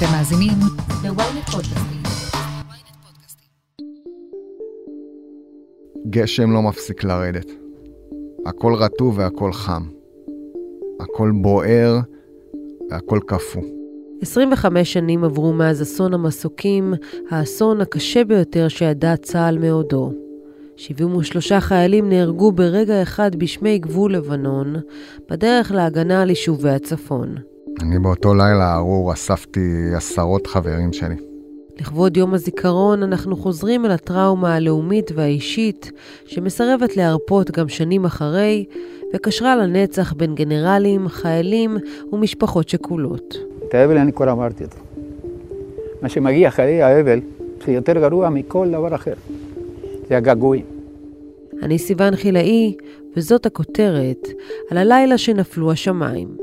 אתם מאזינים ל-ynet פודקאסטים. גשם לא מפסיק לרדת. הכל רטוב והכל חם. הכל בוער והכל קפוא. 25 שנים עברו מאז אסון המסוקים, האסון הקשה ביותר שידע צה"ל מעודו. 73 חיילים נהרגו ברגע אחד בשמי גבול לבנון, בדרך להגנה על יישובי הצפון. אני באותו לילה ארור אספתי עשרות חברים שלי. לכבוד יום הזיכרון אנחנו חוזרים אל הטראומה הלאומית והאישית, שמסרבת להרפות גם שנים אחרי, וקשרה לנצח בין גנרלים, חיילים ומשפחות שכולות. את האבל אני כבר אמרתי אותו. מה שמגיע אחרי האבל זה יותר גרוע מכל דבר אחר. זה הגעגועים. אני סיוון חילאי, וזאת הכותרת על הלילה שנפלו השמיים.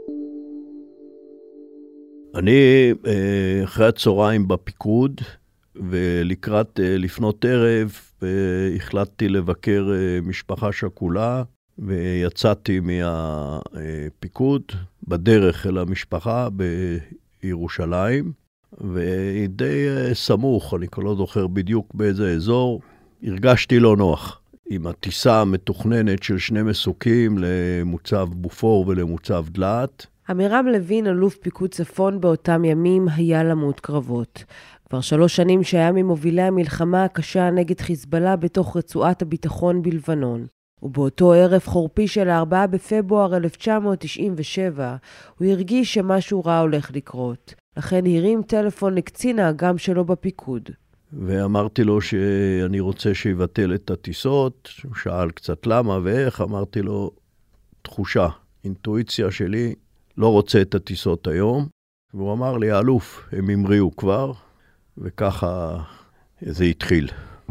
אני אחרי הצהריים בפיקוד, ולקראת לפנות ערב, החלטתי לבקר משפחה שכולה, ויצאתי מהפיקוד בדרך אל המשפחה בירושלים, ודי סמוך, אני כבר לא זוכר בדיוק באיזה אזור, הרגשתי לא נוח עם הטיסה המתוכננת של 2 מסוקים למוצב בופור ולמוצב דלעת. עמירם לוין, אלוף פיקוד צפון באותם ימים, היה למות קרבות. כבר 3 שנים שהיה ממובילי המלחמה הקשה נגד חיזבאללה בתוך רצועת הביטחון בלבנון. ובאותו ערב חורפי של 4 בפברואר 1997, הוא הרגיש שמשהו רע הולך לקרות. לכן הרים טלפון לקצין האג"ם שלו בפיקוד. ואמרתי לו שאני רוצה שיבטל את הטיסות, הוא שאל קצת למה ואיך, אמרתי לו, תחושה, אינטואיציה שלי, לא רוצה את הטיסות היום, והוא אמר לי, האלוף, הם המריאו כבר, וככה זה התחיל.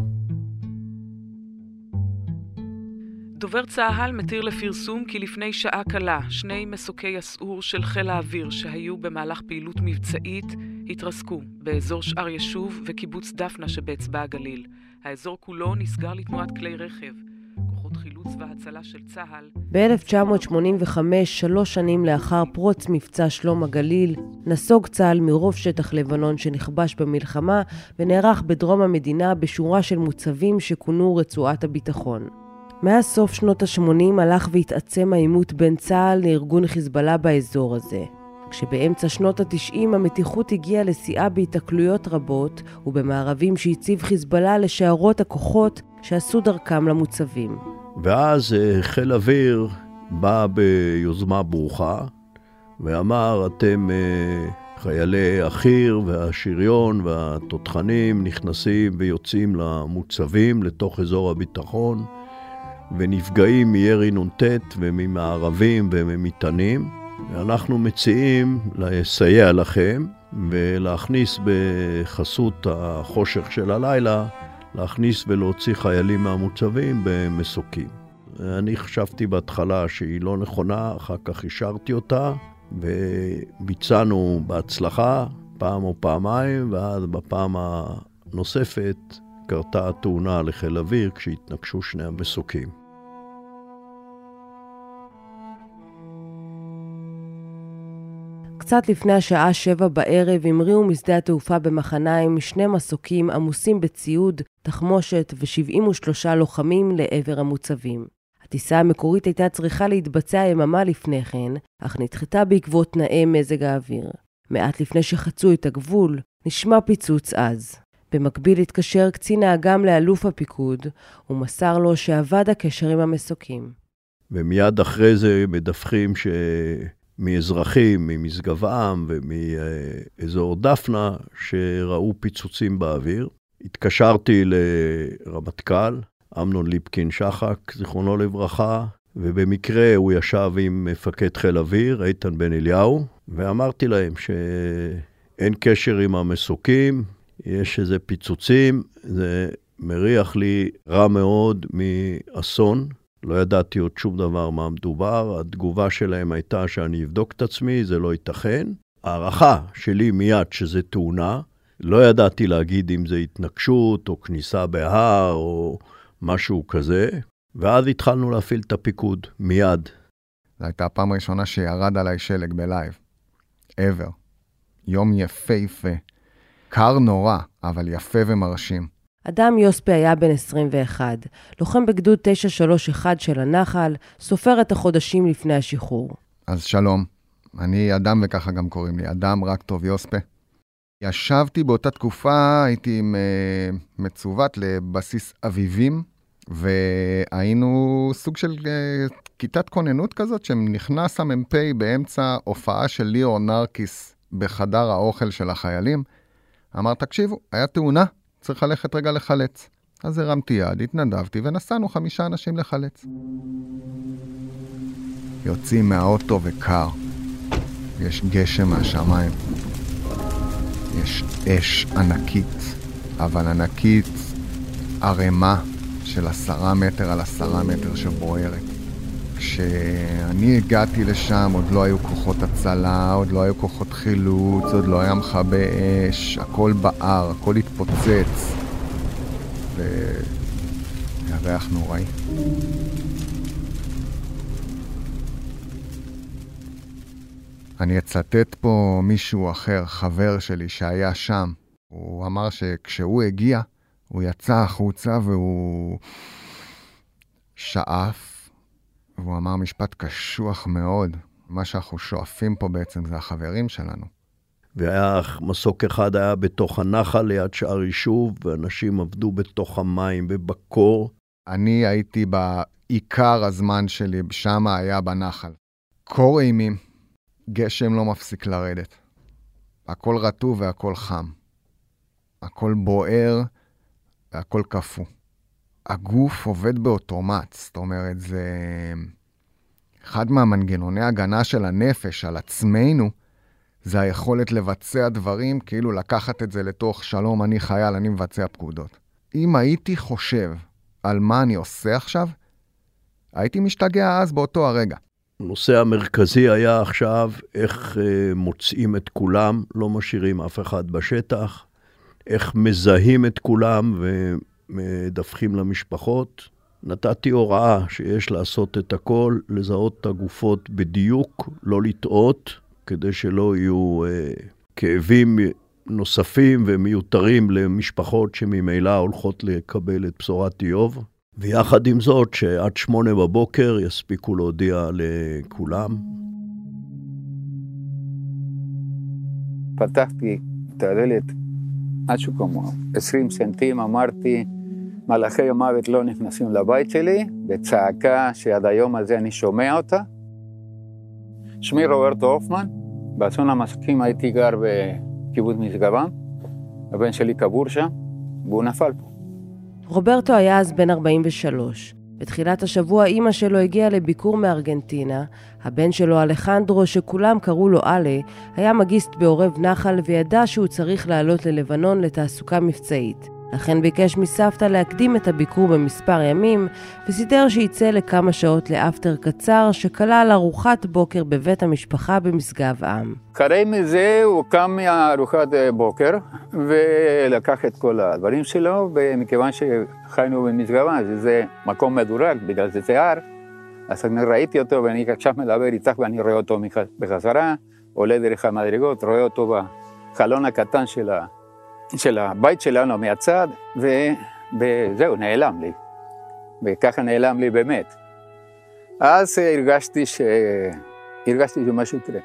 דובר צה"ל מתיר לפרסום כי לפני שעה קלה 2 מסוקי הסעור של חיל האוויר שהיו במהלך פעילות מבצעית התרסקו באזור שאר יישוב וקיבוץ דפנה שבאצבע הגליל. האזור כולו נסגר לתנועת כלי רכב. כוחות חילוץ והצלה של צה"ל. ב-1985, 3 שנים לאחר פרוץ מבצע שלום הגליל, נסוג צה"ל מרוב שטח לבנון שנכבש במלחמה ונערך בדרום המדינה בשורה של מוצבים שכונו רצועת הביטחון. מאז סוף שנות ה-80 הלך והתעצם העימות בין צה"ל לארגון חיזבאללה באזור הזה. כשבאמצע שנות ה-90 המתיחות הגיעה לשיאה בהתקלויות רבות ובמערבים שהציב חיזבאללה לשערות הכוחות שעשו דרכם למוצבים. ואז חיל אוויר בא ביוזמה ברוכה ואמר, אתם חיילי החי"ר והשריון והתותחנים נכנסים ויוצאים למוצבים לתוך אזור הביטחון, ונפגעים מירי נ"ט וממערבים וממטענים. ואנחנו מציעים לסייע לכם ולהכניס בחסות החושך של הלילה, להכניס ולהוציא חיילים מהמוצבים במסוקים. אני חשבתי בהתחלה שהיא לא נכונה, אחר כך השארתי אותה, וביצענו בהצלחה פעם או פעמיים, ואז בפעם הנוספת קרתה התאונה לחיל אוויר כשהתנגשו 2 המסוקים. קצת לפני השעה 7 בערב המריאו משדה התעופה במחניים 2 מסוקים עמוסים בציוד, תחמושת ו73 לוחמים לעבר המוצבים. הטיסה המקורית הייתה צריכה להתבצע יממה לפני כן, אך נדחתה בעקבות תנאי מזג האוויר. מעט לפני שחצו את הגבול, נשמע פיצוץ עז. במקביל התקשר קצין האג"ם לאלוף הפיקוד, ומסר לו שעבד הקשר עם המסוקים. ומיד אחרי זה מדווחים מאזרחים, ממשגב-עם ומאזור דפנה, שראו פיצוצים באוויר. התקשרתי לרמטכ"ל, אמנון ליפקין שחק, זיכרונו לברכה, ובמקרה הוא ישב עם מפקד חיל אוויר, איתן בן אליהו, ואמרתי להם שאין קשר עם המסוקים, יש איזה פיצוצים, זה מריח לי רע מאוד מאסון, לא ידעתי עוד שום דבר מה מדובר, התגובה שלהם הייתה שאני אבדוק את עצמי, זה לא ייתכן. הערכה שלי מיד שזה תאונה, לא ידעתי להגיד אם זה התנגשות או כניסה בהר או משהו כזה, ואז התחלנו להפעיל את הפיקוד מיד. זו הייתה הפעם הראשונה שירד עליי שלג בלייב. ever. יום יפהפה. קר נורא, אבל יפה ומרשים. אדם יוספה היה בן 21, לוחם בגדוד 931 של הנחל, סופר את החודשים לפני השחרור. אז שלום, אני אדם וככה גם קוראים לי, אדם רק טוב יוספה. ישבתי באותה תקופה, הייתי מצוות לבסיס אביבים, והיינו סוג של כיתת כוננות כזאת, שנכנס המ"פ באמצע הופעה של ליאור נרקיס בחדר האוכל של החיילים. אמר, תקשיבו, היה תאונה, צריך ללכת רגע לחלץ. אז הרמתי יד, התנדבתי ונסענו 5 אנשים לחלץ. יוצאים מהאוטו וקר. יש גשם מהשמיים. יש אש ענקית, אבל ענקית ערימה של 10 מטר על 10 מטר שבוערת. כשאני הגעתי לשם עוד לא היו כוחות הצלה, עוד לא היו כוחות חילוץ, עוד לא היה מכבי אש, הכל בער, הכל התפוצץ. והריח נוראי. אני אצטט פה מישהו אחר, חבר שלי שהיה שם. הוא אמר שכשהוא הגיע, הוא יצא החוצה והוא שאף, והוא אמר משפט קשוח מאוד. מה שאנחנו שואפים פה בעצם זה החברים שלנו. והיה מסוק אחד היה בתוך הנחל ליד שער יישוב, ואנשים עבדו בתוך המים ובקור. אני הייתי בעיקר הזמן שלי, שם היה בנחל. קור אימים, גשם לא מפסיק לרדת. הכל רטוב והכל חם. הכל בוער והכל קפוא. הגוף עובד באוטומט, זאת אומרת, זה אחד מהמנגנוני הגנה של הנפש על עצמנו, זה היכולת לבצע דברים, כאילו לקחת את זה לתוך שלום, אני חייל, אני מבצע פקודות. אם הייתי חושב על מה אני עושה עכשיו, הייתי משתגע אז באותו הרגע. הנושא המרכזי היה עכשיו איך מוצאים את כולם, לא משאירים אף אחד בשטח, איך מזהים את כולם ומדווחים למשפחות. נתתי הוראה שיש לעשות את הכל, לזהות את הגופות בדיוק, לא לטעות, כדי שלא יהיו כאבים נוספים ומיותרים למשפחות שממילא הולכות לקבל את בשורת איוב. ויחד עם זאת, שעד 8 בבוקר יספיקו להודיע לכולם. פתחתי את הדלת, משהו כמו 20 סנטים, אמרתי, מלאכי המוות לא נכנסים לבית שלי, בצעקה שעד היום הזה אני שומע אותה. שמי רוברטו הופמן, באסון המסוקים הייתי גר בקיבוץ משגב-עם, הבן שלי קבור שם, והוא נפל פה. רוברטו היה אז בן 43. בתחילת השבוע אמא שלו הגיעה לביקור מארגנטינה. הבן שלו אלחנדרו, שכולם קראו לו אלה, היה מגיסט בעורב נחל וידע שהוא צריך לעלות ללבנון לתעסוקה מבצעית. לכן ביקש מסבתא להקדים את הביקור במספר ימים, וסידר שיצא לכמה שעות לאפטר קצר שכלל ארוחת בוקר בבית המשפחה במשגב-עם. אחרי מזה הוא קם מארוחת בוקר ולקח את כל הדברים שלו, ומכיוון שחיינו במשגב-עם, זה מקום מדורג, בגלל זה הר, אז אני ראיתי אותו ואני עכשיו מדבר איתך ואני רואה אותו בחזרה, עולה דרך המדרגות, רואה אותו בחלון הקטן של הבית שלנו מהצד, וזהו, נעלם לי. וככה נעלם לי באמת. אז הרגשתי שמשהו יקרה.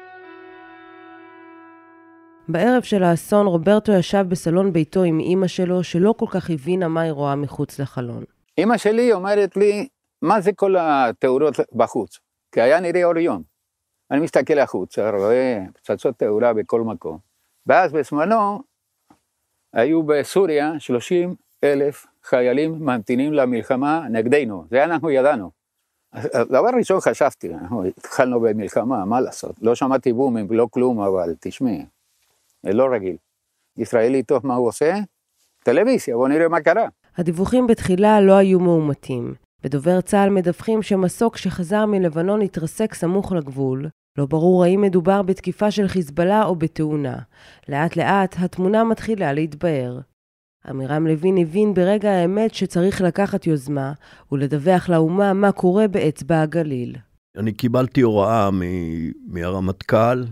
בערב של האסון, רוברטו ישב בסלון ביתו עם אמא שלו, שלא כל כך הבינה מה היא רואה מחוץ לחלון. אמא שלי אומרת לי, מה זה כל התאורות בחוץ? כי היה נראה אור יום. אני מסתכל החוץ, רואה פצצות תאורה בכל מקום. ואז בזמנו, היו בסוריה 30,000 חיילים ממתינים למלחמה נגדנו, זה אנחנו ידענו. דבר ראשון חשבתי, אנחנו התחלנו במלחמה, מה לעשות? לא שמעתי בומים, לא כלום, אבל תשמעי, זה לא רגיל. ישראלי טוב מה הוא עושה? טלוויזיה, בוא נראה מה קרה. הדיווחים בתחילה לא היו מאומתים. בדובר צה"ל מדווחים שמסוק שחזר מלבנון התרסק סמוך לגבול. לא ברור האם מדובר בתקיפה של חיזבאללה או בתאונה. לאט לאט התמונה מתחילה להתבהר. עמירם לוין הבין ברגע האמת שצריך לקחת יוזמה ולדווח לאומה מה קורה באצבע הגליל. אני קיבלתי הוראה מהרמטכ"ל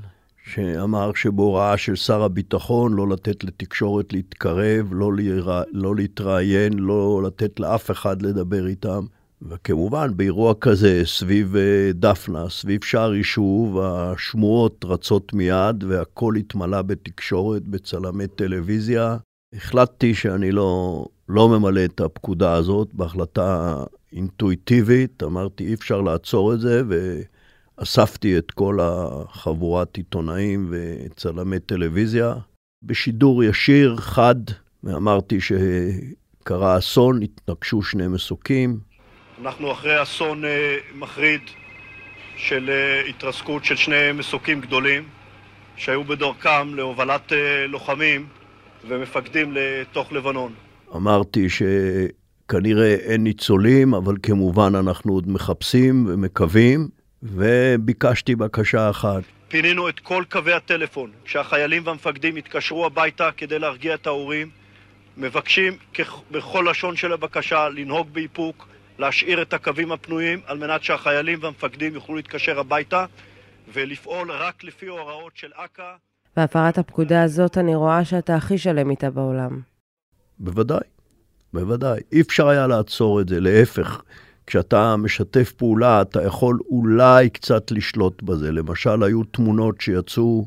שאמר שבהוראה של שר הביטחון לא לתת לתקשורת להתקרב, לא להתראיין, לא לתת לאף אחד לדבר איתם. וכמובן, באירוע כזה, סביב דפנה, סביב שער יישוב, השמועות רצות מיד, והכל התמלא בתקשורת, בצלמי טלוויזיה. החלטתי שאני לא ממלא את הפקודה הזאת, בהחלטה אינטואיטיבית, אמרתי, אי אפשר לעצור את זה, ואספתי את כל החבורת עיתונאים וצלמי טלוויזיה, בשידור ישיר, חד, ואמרתי שקרה אסון, התנגשו שני מסוקים, אנחנו אחרי אסון מחריד של התרסקות של שני מסוקים גדולים שהיו בדרכם להובלת לוחמים ומפקדים לתוך לבנון. אמרתי שכנראה אין ניצולים, אבל כמובן אנחנו עוד מחפשים ומקווים, וביקשתי בקשה אחת. פינינו את כל קווי הטלפון. כשהחיילים והמפקדים התקשרו הביתה כדי להרגיע את ההורים, מבקשים בכל לשון של הבקשה לנהוג באיפוק, להשאיר את הקווים הפנויים על מנת שהחיילים והמפקדים יוכלו להתקשר הביתה ולפעול רק לפי הוראות של אכ"א. בהפרת הפקודה הזאת אני רואה שאתה הכי שלם איתה בעולם. בוודאי, בוודאי. אי אפשר היה לעצור את זה, להפך. כשאתה משתף פעולה, אתה יכול אולי קצת לשלוט בזה. למשל, היו תמונות שיצאו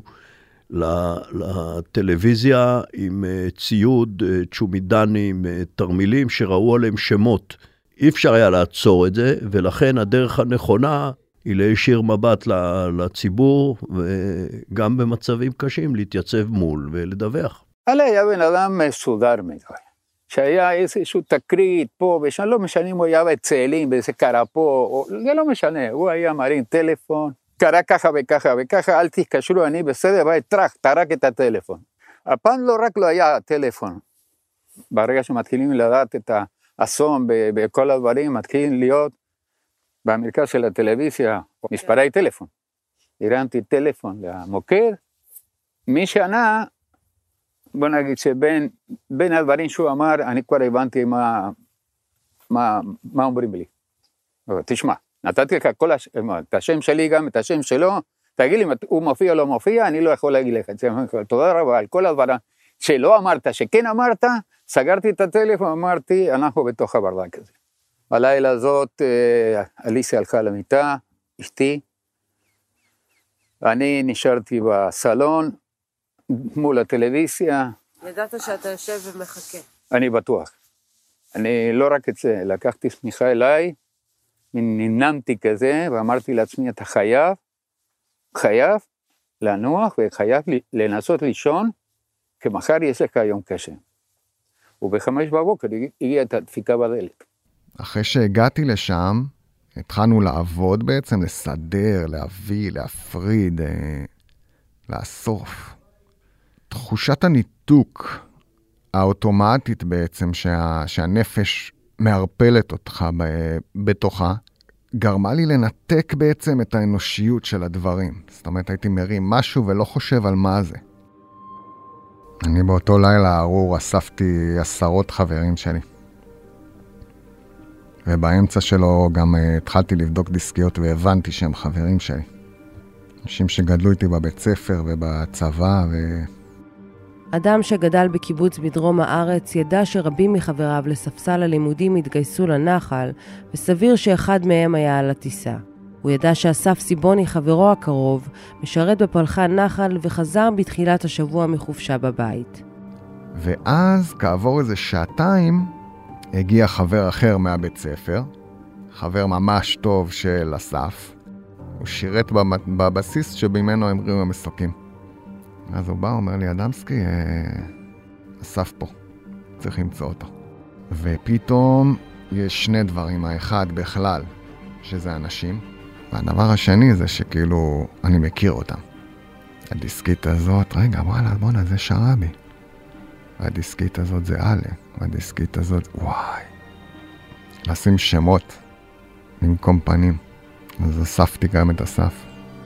לטלוויזיה עם ציוד, צ'ומידנים, תרמילים שראו עליהם שמות. אי אפשר היה לעצור את זה, ולכן הדרך הנכונה היא להישיר מבט לציבור, וגם במצבים קשים להתייצב מול ולדווח. עלי היה בן אדם מסודר מדי, שהיה איזשהו תקרית פה ושם, לא משנה אם הוא היה בצאלים, באיזה קרה פה, זה לא משנה, הוא היה מרים טלפון, קרה ככה וככה וככה, אל תתקשרו, אני בסדר, ביי, טרק את הטלפון. הפעם לא היה הטלפון, ברגע שמתחילים לדעת את האסון בכל הדברים, מתחילים להיות במרכז של הטלוויזיה, מספרי טלפון. הרמתי טלפון למוקד, מי שענה, בוא נגיד שבין הדברים שהוא אמר, אני כבר הבנתי מה אומרים לי. תשמע, נתתי לך את השם שלי גם, את השם שלו, תגיד לי אם הוא מופיע או לא מופיע, אני לא יכול להגיד לך את זה. תודה רבה על כל הדברים שלא אמרת, שכן אמרת, סגרתי את הטלפון, אמרתי, אנחנו בתוך הברדק הזה. בלילה הזאת, אליסה הלכה למיטה, אשתי, אני נשארתי בסלון, מול הטלוויזיה. ידעת שאתה יושב ומחכה. אני בטוח. אני לא רק את זה, לקחתי סמיכה אליי, ננמתי כזה, ואמרתי לעצמי, אתה חייב לנוח, וחייב לנסות לישון, כי מחר יש לך יום קשה. וב5 בבוקר הגיעה את הדפיקה בדלת. אחרי שהגעתי לשם, התחלנו לעבוד בעצם, לסדר, להביא, להפריד, לאסוף. תחושת הניתוק האוטומטית בעצם, שהנפש מערפלת אותך בתוכה, גרמה לי לנתק בעצם את האנושיות של הדברים. זאת אומרת, הייתי מרים משהו ולא חושב על מה זה. אני באותו לילה ארור אספתי 10 חברים שלי. ובאמצע שלו גם התחלתי לבדוק דיסקיות והבנתי שהם חברים שלי. אנשים שגדלו איתי בבית ספר ובצבא אדם שגדל בקיבוץ בדרום הארץ ידע שרבים מחבריו לספסל הלימודים התגייסו לנחל, וסביר שאחד מהם היה על הטיסה. הוא ידע שאסף סיבוני, חברו הקרוב, משרת בפלחן נחל וחזר בתחילת השבוע מחופשה בבית. ואז כעבור איזה 2 הגיע חבר אחר מהבית ספר, חבר ממש טוב של אסף. הוא שירת בבסיס שבמנו המריאו המסוקים. אז הוא בא, אומר לי, אדמסקי, אסף פה, צריך למצוא אותו. ופתאום יש 2 דברים, האחד בכלל, שזה אנשים, והדבר השני זה שכאילו אני מכיר אותם. הדיסקית הזאת, רגע, בוא'נה, זה שרבי. והדיסקית הזאת זה אלה, והדיסקית הזאת, וואי. לשים שמות במקום פנים. אז אספתי גם את אסף.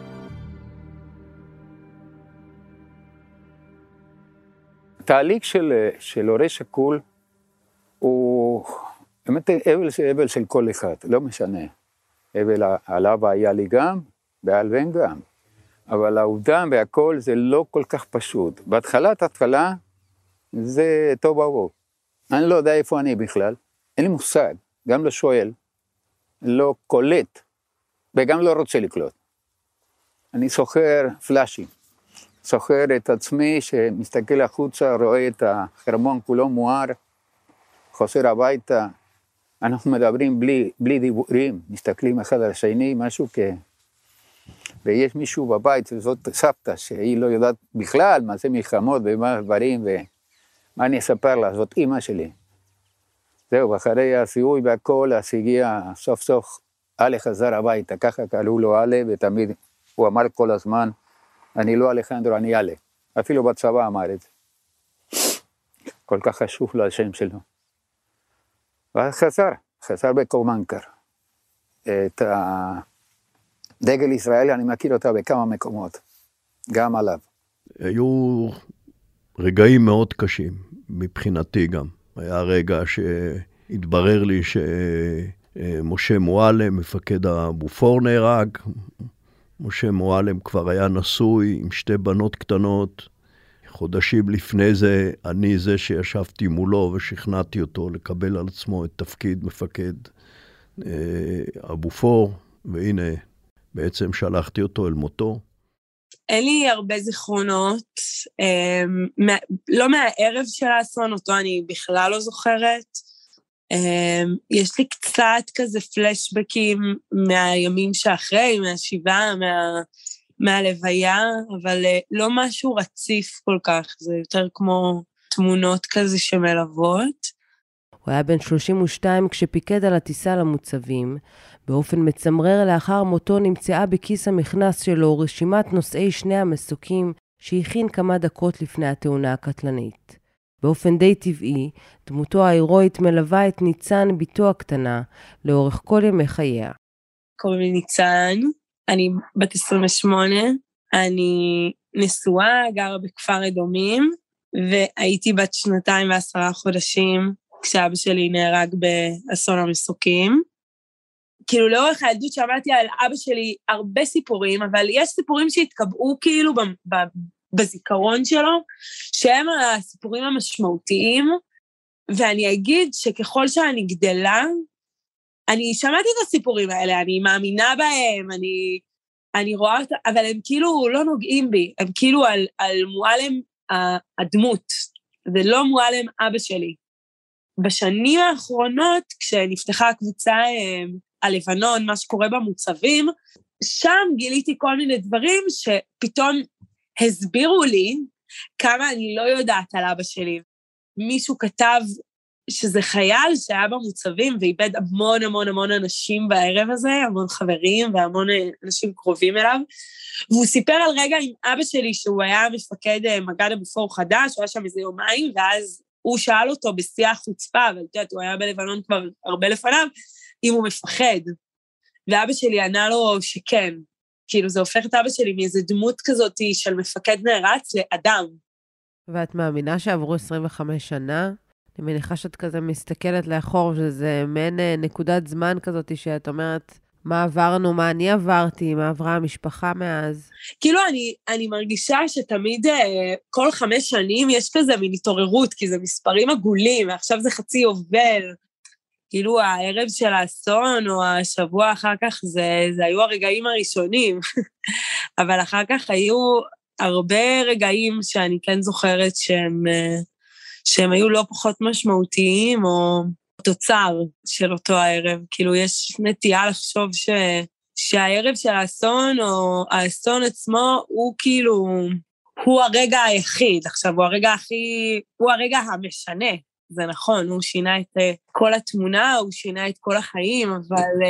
התהליך של הורה שכול הוא באמת אבל של כל אחד, לא משנה. אבל עליו היה לי גם, בעל בן גם. אבל העובדה והכל זה לא כל כך פשוט. בהתחלה זה טוב עבור. אני לא יודע איפה אני בכלל, אין לי מושג, גם לא שואל, לא קולט, וגם לא רוצה לקלוט. אני סוחר פלאשים, סוחר את עצמי שמסתכל החוצה, רואה את החרמון כולו מואר, חוזר הביתה, אנחנו מדברים בלי דיבורים, מסתכלים אחד על השני, משהו ויש מישהו בבית, זאת סבתא, שהיא לא יודעת בכלל מה זה מלחמות ומה דברים, ומה אני אספר לה, זאת אמא שלי. זהו, אחרי הסיוי והכל, אז הגיע סוף סוף, אלה חזר הביתה, ככה קראו לו אלה, ותמיד הוא אמר כל הזמן, אני לא אלחנדרו, אני אלה. אפילו בצבא אמר את זה. כל כך חשוב לו השם שלו. ואז חזר בקומנקר. את דגל ישראל, אני מכיר אותה בכמה מקומות, גם עליו. היו רגעים מאוד קשים, מבחינתי גם. היה רגע שהתברר לי שמשה מועלם, מפקד הבופור נהרג. משה מועלם כבר היה נשוי עם 2 בנות קטנות. חודשים לפני זה, אני זה שישבתי מולו ושכנעתי אותו לקבל על עצמו את תפקיד מפקד הבופור, והנה בעצם שלחתי אותו אל מותו. אין לי הרבה זיכרונות, לא מהערב של האסון, אותו אני בכלל לא זוכרת. יש לי קצת כזה פלשבקים מהימים שאחרי, מהשבעה, מהלוויה, אבל לא משהו רציף כל כך, זה יותר כמו תמונות כזה שמלוות. הוא היה בן 32 כשפיקד על הטיסה למוצבים. באופן מצמרר לאחר מותו נמצאה בכיס המכנס שלו רשימת נושאי 2 המסוקים שהכין כמה דקות לפני התאונה הקטלנית. באופן די טבעי, דמותו ההירואית מלווה את ניצן, ביתו הקטנה, לאורך כל ימי חייה. קוראים לי ניצן, אני בת 28, אני נשואה, גרה בכפר אדומים, והייתי בת 2 ו10 חודשים, כשאבא שלי נהרג באסון המסוקים. כאילו לאורך הילדות שמעתי על אבא שלי הרבה סיפורים, אבל יש סיפורים שהתקבעו כאילו בזיכרון שלו, שהם הסיפורים המשמעותיים, ואני אגיד שככל שאני גדלה, אני שמעתי את הסיפורים האלה, אני מאמינה בהם, אני רואה אותם, אבל הם כאילו לא נוגעים בי, הם כאילו על מועלם הדמות, ולא מועלם אבא שלי. בשנים האחרונות, כשנפתחה הקבוצה הלבנון, מה שקורה במוצבים, שם גיליתי כל מיני דברים שפתאום הסבירו לי כמה אני לא יודעת על אבא שלי. מישהו כתב שזה חייל שהיה במוצבים ואיבד המון המון המון אנשים בערב הזה, המון חברים והמון אנשים קרובים אליו, והוא סיפר על רגע עם אבא שלי שהוא היה מפקד מג"ד הבופור חדש, הוא היה שם איזה יומיים, ואז הוא שאל אותו בשיא החוצפה, אבל תדעת, הוא היה בלבנון כבר הרבה לפניו, אם הוא מפחד. ואבא שלי ענה לו שכן. כאילו זה הופך את אבא שלי מאיזו דמות כזאת של מפקד נערץ לאדם. ואת מאמינה שעברו 25 שנה? אני מניחה שאת כזה מסתכלת לאחור, שזה מעין נקודת זמן כזאת שאת אומרת, מה עברנו, מה אני עברתי, מה עברה המשפחה מאז. כאילו אני מרגישה שתמיד כל 5 שנים יש כזה מין התעוררות, כי זה מספרים עגולים, ועכשיו זה חצי יובל. כאילו הערב של האסון, או השבוע אחר כך, זה היו הרגעים הראשונים. אבל אחר כך היו הרבה רגעים שאני כן זוכרת שהם היו לא פחות משמעותיים, או תוצר של אותו הערב. כאילו יש נטייה לחשוב שהערב של האסון, או האסון עצמו, הוא כאילו, הוא הרגע היחיד. עכשיו, הוא הרגע המשנה. זה נכון, הוא שינה את כל התמונה, הוא שינה את כל החיים, אבל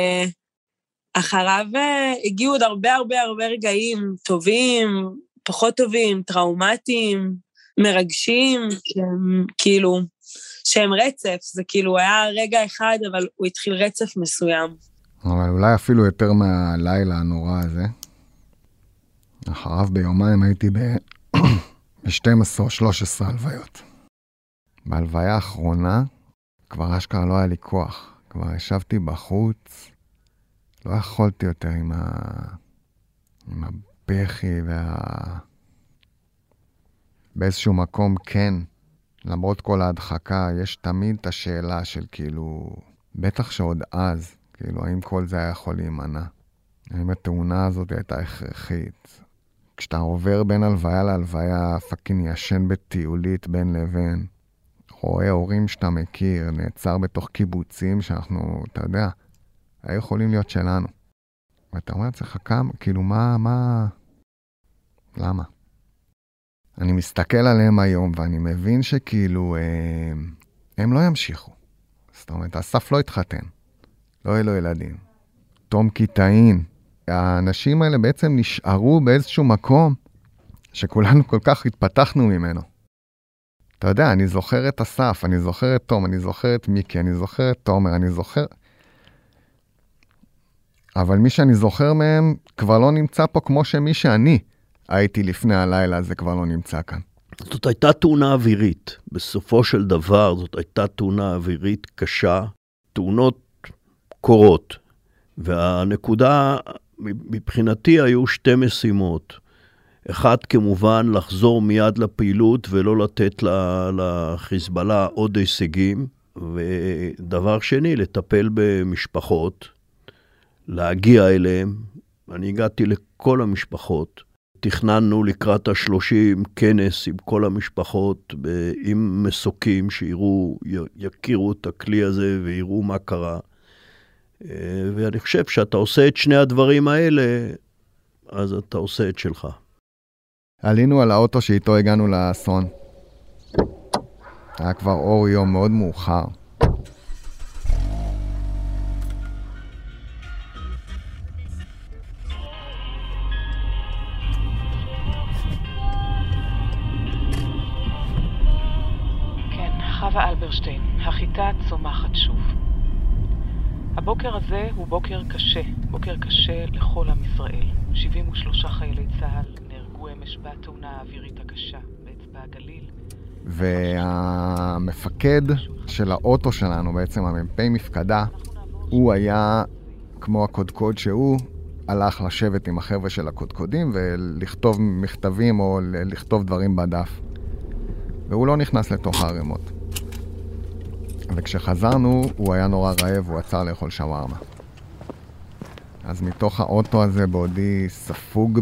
אחריו הגיעו עוד הרבה רגעים טובים, פחות טובים, טראומטיים, מרגשים, שהם רצף, זה כאילו היה רגע אחד, אבל הוא התחיל רצף מסוים. אבל אולי אפילו יותר מהלילה הנורא הזה. אחריו ביומיים הייתי ב-12 או 13 הלוויות. בהלוויה האחרונה כבר אשכרה לא היה לי כוח. כבר ישבתי בחוץ, לא יכולתי יותר עם הפחי באיזשהו מקום כן, למרות כל ההדחקה, יש תמיד את השאלה של כאילו, בטח שעוד אז, כאילו, האם כל זה היה יכול להימנע? האם התאונה הזאת הייתה הכרחית? כשאתה עובר בין הלוויה להלוויה, פאקינג ישן בטיולית בין לבין, רואה הורים שאתה מכיר, נעצר בתוך קיבוצים שאנחנו, אתה יודע, היו יכולים להיות שלנו. ואתה אומר, צריך כמה, כאילו, למה? אני מסתכל עליהם היום, ואני מבין שכאילו, הם לא ימשיכו. זאת אומרת, אסף לא התחתן. לא יהיה לו ילדים. תום קיטאין. האנשים האלה בעצם נשארו באיזשהו מקום, שכולנו כל כך התפתחנו ממנו. אתה יודע, אני זוכר את אסף, אני זוכר את תום, אני זוכר את מיקי, אני זוכר את תומר, אני זוכר... אבל מי שאני זוכר מהם כבר לא נמצא פה כמו שמי שאני הייתי לפני הלילה, זה כבר לא נמצא כאן. זאת הייתה תאונה אווירית. בסופו של דבר, זאת הייתה תאונה אווירית קשה. תאונות קורות. והנקודה, מבחינתי, היו שתי משימות. אחד, כמובן, לחזור מיד לפעילות ולא לתת לחיזבאללה עוד הישגים. ודבר שני, לטפל במשפחות, להגיע אליהם. אני הגעתי לכל המשפחות. תכננו לקראת ה-30 כנס עם כל המשפחות, עם מסוקים שיראו, יכירו את הכלי הזה ויראו מה קרה. ואני חושב שאתה עושה את שני הדברים האלה, אז אתה עושה את שלך. עלינו על האוטו שאיתו הגענו לאסון. היה כבר אור יום מאוד מאוחר. חווה אלברשטיין, החיטה צומחת שוב. הבוקר הזה הוא בוקר קשה לכל עם ישראל. 73 חיילי צה"ל נהרגו אמש בתאונה האווירית הקשה באצבע הגליל. והמפקד של האוטו שלנו, בעצם המ"פ מפקדה, הוא היה כמו הקודקוד שהוא הלך לשבת עם החבר'ה של הקודקודים ולכתוב מכתבים או לכתוב דברים בדף. והוא לא נכנס לתוך הערימות. וכשחזרנו, הוא היה נורא רעב, הוא עצר לאכול שווארמה. אז מתוך האוטו הזה בעודי ספוג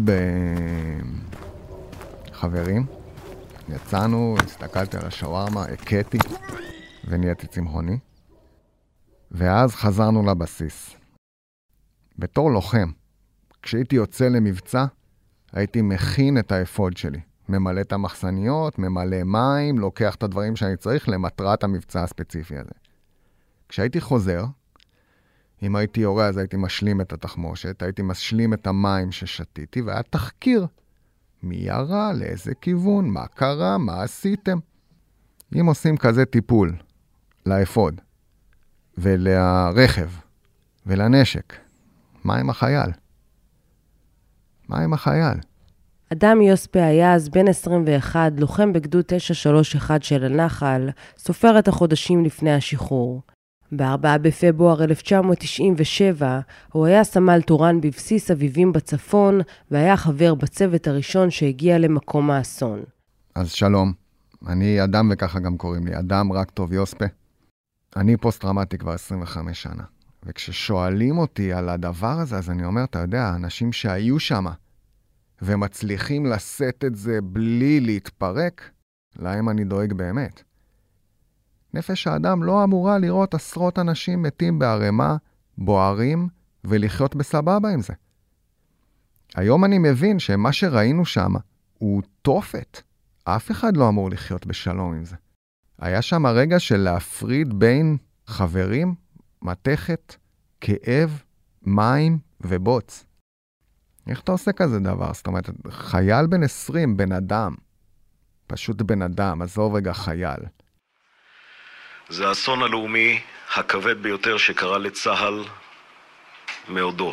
בחברים, יצאנו, הסתכלתי על השווארמה, הכיתי ונהייתי צמחוני. ואז חזרנו לבסיס. בתור לוחם, כשהייתי יוצא למבצע, הייתי מכין את האפוד שלי. ממלא את המחסניות, ממלא מים, לוקח את הדברים שאני צריך למטרת המבצע הספציפי הזה. כשהייתי חוזר, אם הייתי יורה, אז הייתי משלים את התחמושת, הייתי משלים את המים ששתיתי, והיה תחקיר. מי ירה, לאיזה כיוון, מה קרה, מה עשיתם. אם עושים כזה טיפול לאפוד, ולרכב, ולנשק, מה עם החייל? מה עם החייל? אדם יוספה היה אז בן 21, לוחם בגדוד 931 של הנחל, סופר את החודשים לפני השחרור. ב-4 בפברואר 1997 הוא היה סמל תורן בבסיס אביבים בצפון, והיה חבר בצוות הראשון שהגיע למקום האסון. אז שלום, אני אדם וככה גם קוראים לי, אדם רק טוב יוספה. אני פוסט-טראומטי כבר 25 שנה, וכששואלים אותי על הדבר הזה, אז אני אומר, אתה יודע, האנשים שהיו שם, ומצליחים לשאת את זה בלי להתפרק, להם אני דואג באמת. נפש האדם לא אמורה לראות עשרות אנשים מתים בערימה, בוערים, ולחיות בסבבה עם זה. היום אני מבין שמה שראינו שם הוא תופת. אף אחד לא אמור לחיות בשלום עם זה. היה שם הרגע של להפריד בין חברים, מתכת, כאב, מים ובוץ. איך אתה עושה כזה דבר? זאת אומרת, חייל בן 20, בן אדם. פשוט בן אדם, עזוב רגע חייל. זה האסון הלאומי הכבד ביותר שקרה לצה"ל מעודו.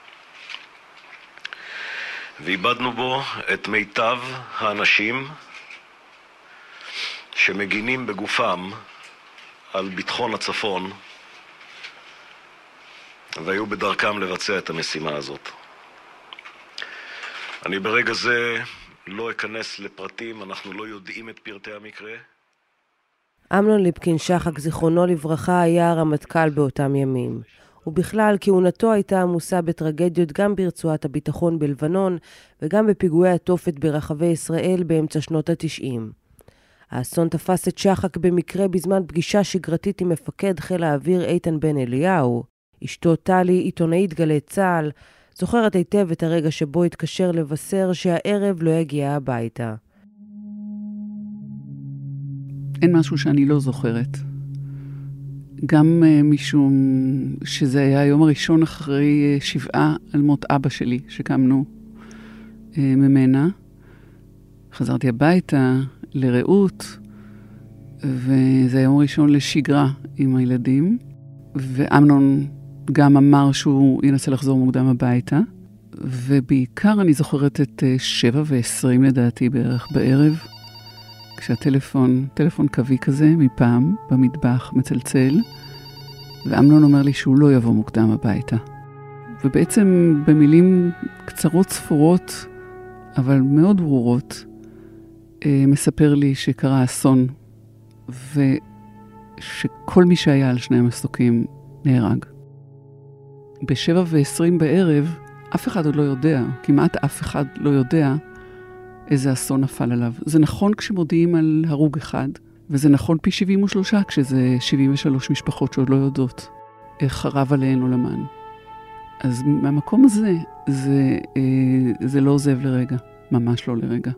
ואיבדנו בו את מיטב האנשים שמגינים בגופם על ביטחון הצפון והיו בדרכם לבצע את המשימה הזאת. אני ברגע זה לא אכנס לפרטים, אנחנו לא יודעים את פרטי המקרה. אמנון ליפקין שחק, זיכרונו לברכה, היה הרמטכ"ל באותם ימים. ובכלל, כהונתו הייתה עמוסה בטרגדיות גם ברצועת הביטחון בלבנון וגם בפיגועי התופת ברחבי ישראל באמצע שנות ה-90. האסון תפס את שחק במקרה בזמן פגישה שגרתית עם מפקד חיל האוויר איתן בן אליהו. אשתו טלי, עיתונאית גלי צה"ל, זוכרת היטב את הרגע שבו התקשר לבשר שהערב לא יגיע הביתה. אין משהו שאני לא זוכרת. גם משום שזה היה היום הראשון אחרי 7 על מות אבא שלי שקמנו ממנה. חזרתי הביתה לרעות, וזה היום הראשון לשגרה עם הילדים. ואמנון גם אמר שהוא ינסה לחזור מוקדם הביתה. ובעיקר אני זוכרת את 7:20 לדעתי בערך בערב, כשהטלפון, טלפון קווי כזה מפעם במטבח מצלצל, ואמנון אומר לי שהוא לא יבוא מוקדם הביתה. ובעצם במילים קצרות ספורות, אבל מאוד ברורות, מספר לי שקרה אסון, ושכל מי שהיה על שני המסוקים נהרג. ב7:20 בערב, אף אחד עוד לא יודע, כמעט אף אחד לא יודע איזה אסון נפל עליו. זה נכון כשמודיעים על הרוג אחד, וזה נכון פי 73 כשזה 73 משפחות שעוד לא יודעות איך חרב עליהן עולמן. אז מהמקום הזה, זה לא עוזב לרגע, ממש לא לרגע.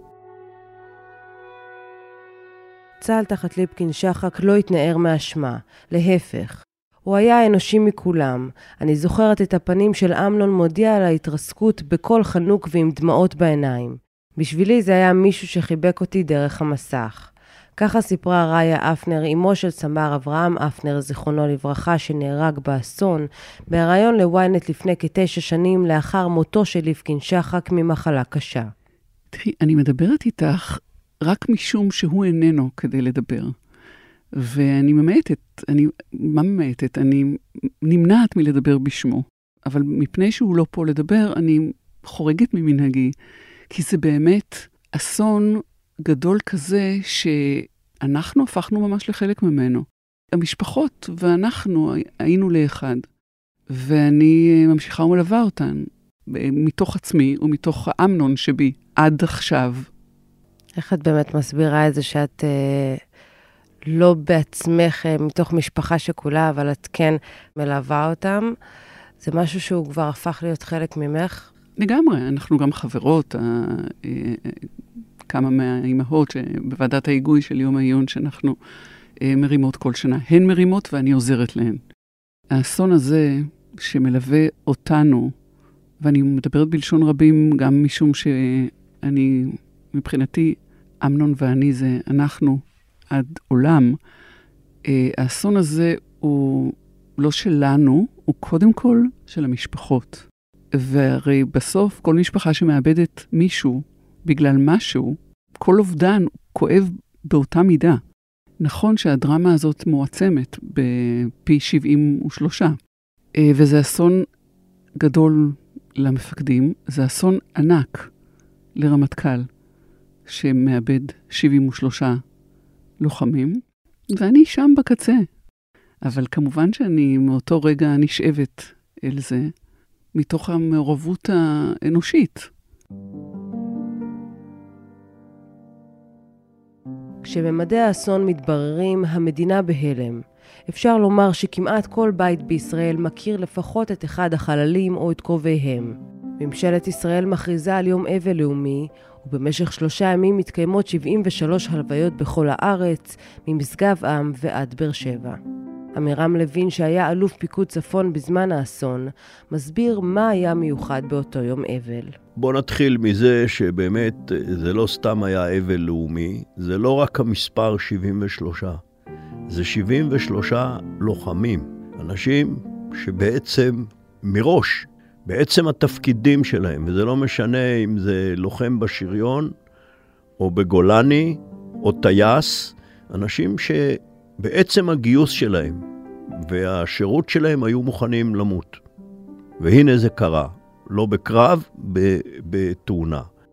צה"ל תחת ליפקין שחק לא התנער מאשמה, להפך. הוא היה אנושי מכולם. אני זוכרת את הפנים של אמנון מודיע על ההתרסקות בכל חנוק ועם דמעות בעיניים. בשבילי זה היה מישהו שחיבק אותי דרך המסך. ככה סיפרה ראיה אפנר, אמו של סמ"ר אברהם אפנר, זיכרונו לברכה, שנהרג באסון, בהיריון לוויינט לפני כ9 שנים לאחר מותו של ליפקין שחק ממחלה קשה. תראי, אני מדברת איתך רק משום שהוא איננו כדי לדבר. ואני ממעטת, אני נמנעת מלדבר בשמו. אבל מפני שהוא לא פה לדבר, אני חורגת ממנהגי. כי זה באמת אסון גדול כזה שאנחנו הפכנו ממש לחלק ממנו. המשפחות ואנחנו היינו לאחד. ואני ממשיכה ומלווה אותן, מתוך עצמי ומתוך האמנון שבי עד עכשיו. איך את באמת מסבירה את זה שאת לא בעצמך מתוך משפחה שכולה, אבל את כן מלווה אותם? זה משהו שהוא כבר הפך להיות חלק ממך? לגמרי, אנחנו גם חברות, כמה מהאימהות שבוועדת ההיגוי של יום העיון שאנחנו מרימות כל שנה. הן מרימות ואני עוזרת להן. האסון הזה שמלווה אותנו, ואני מדברת בלשון רבים גם משום שאני, מבחינתי, אמנון ואני זה אנחנו עד עולם. האסון הזה הוא לא שלנו, הוא קודם כל של המשפחות. והרי בסוף כל משפחה שמאבדת מישהו בגלל משהו, כל אובדן כואב באותה מידה. נכון שהדרמה הזאת מועצמת בפי 73, וזה אסון גדול למפקדים, זה אסון ענק לרמטכ"ל שמאבד 73 לוחמים, ואני שם בקצה. אבל כמובן שאני מאותו רגע נשאבת אל זה, מתוך המעורבות האנושית. כשממדי האסון מתבררים, המדינה בהלם. אפשר לומר שכמעט כל בית בישראל מכיר לפחות את אחד החללים או את קרוביהם. ממשלת ישראל מכריזה על יום אבל לאומי, ובמשך 3 ימים מתקיימות 73 הלוויות בכל הארץ, ממשגב עם ועד באר שבע. עמירם לוין, שהיה אלוף פיקוד צפון בזמן האסון, מסביר מה היה מיוחד באותו יום אבל. בוא נתחיל מזה שבאמת זה לא סתם היה אבל לאומי, זה לא רק המספר 73, זה 73 לוחמים, אנשים שבעצם מראש, בעצם התפקידים שלהם, וזה לא משנה אם זה לוחם בשריון, או בגולני, או טייס, אנשים שבעצם הגיוס שלהם והשירות שלהם היו מוכנים למות. והנה זה קרה, לא בקרב, בתאונה.